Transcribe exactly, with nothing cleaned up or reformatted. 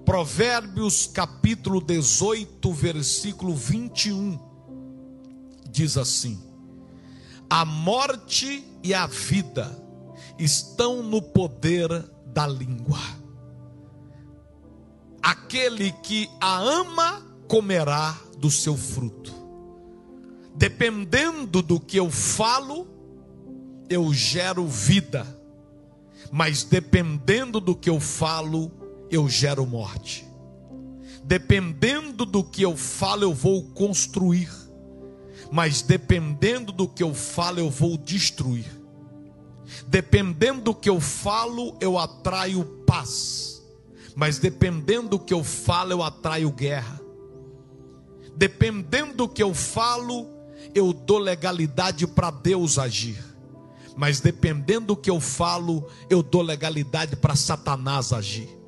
Provérbios capítulo dezoito, versículo vinte e um, diz assim: a morte e a vida estão no poder da língua. Aquele que a ama comerá do seu fruto. Dependendo do que eu falo, eu gero vida, mas dependendo do que eu falo, eu gero morte. Dependendo do que eu falo, eu vou construir, mas dependendo do que eu falo, eu vou destruir. Dependendo do que eu falo, eu atraio paz, mas dependendo do que eu falo, eu atraio guerra. Dependendo do que eu falo, eu dou legalidade para Deus agir, mas dependendo do que eu falo, eu dou legalidade para Satanás agir.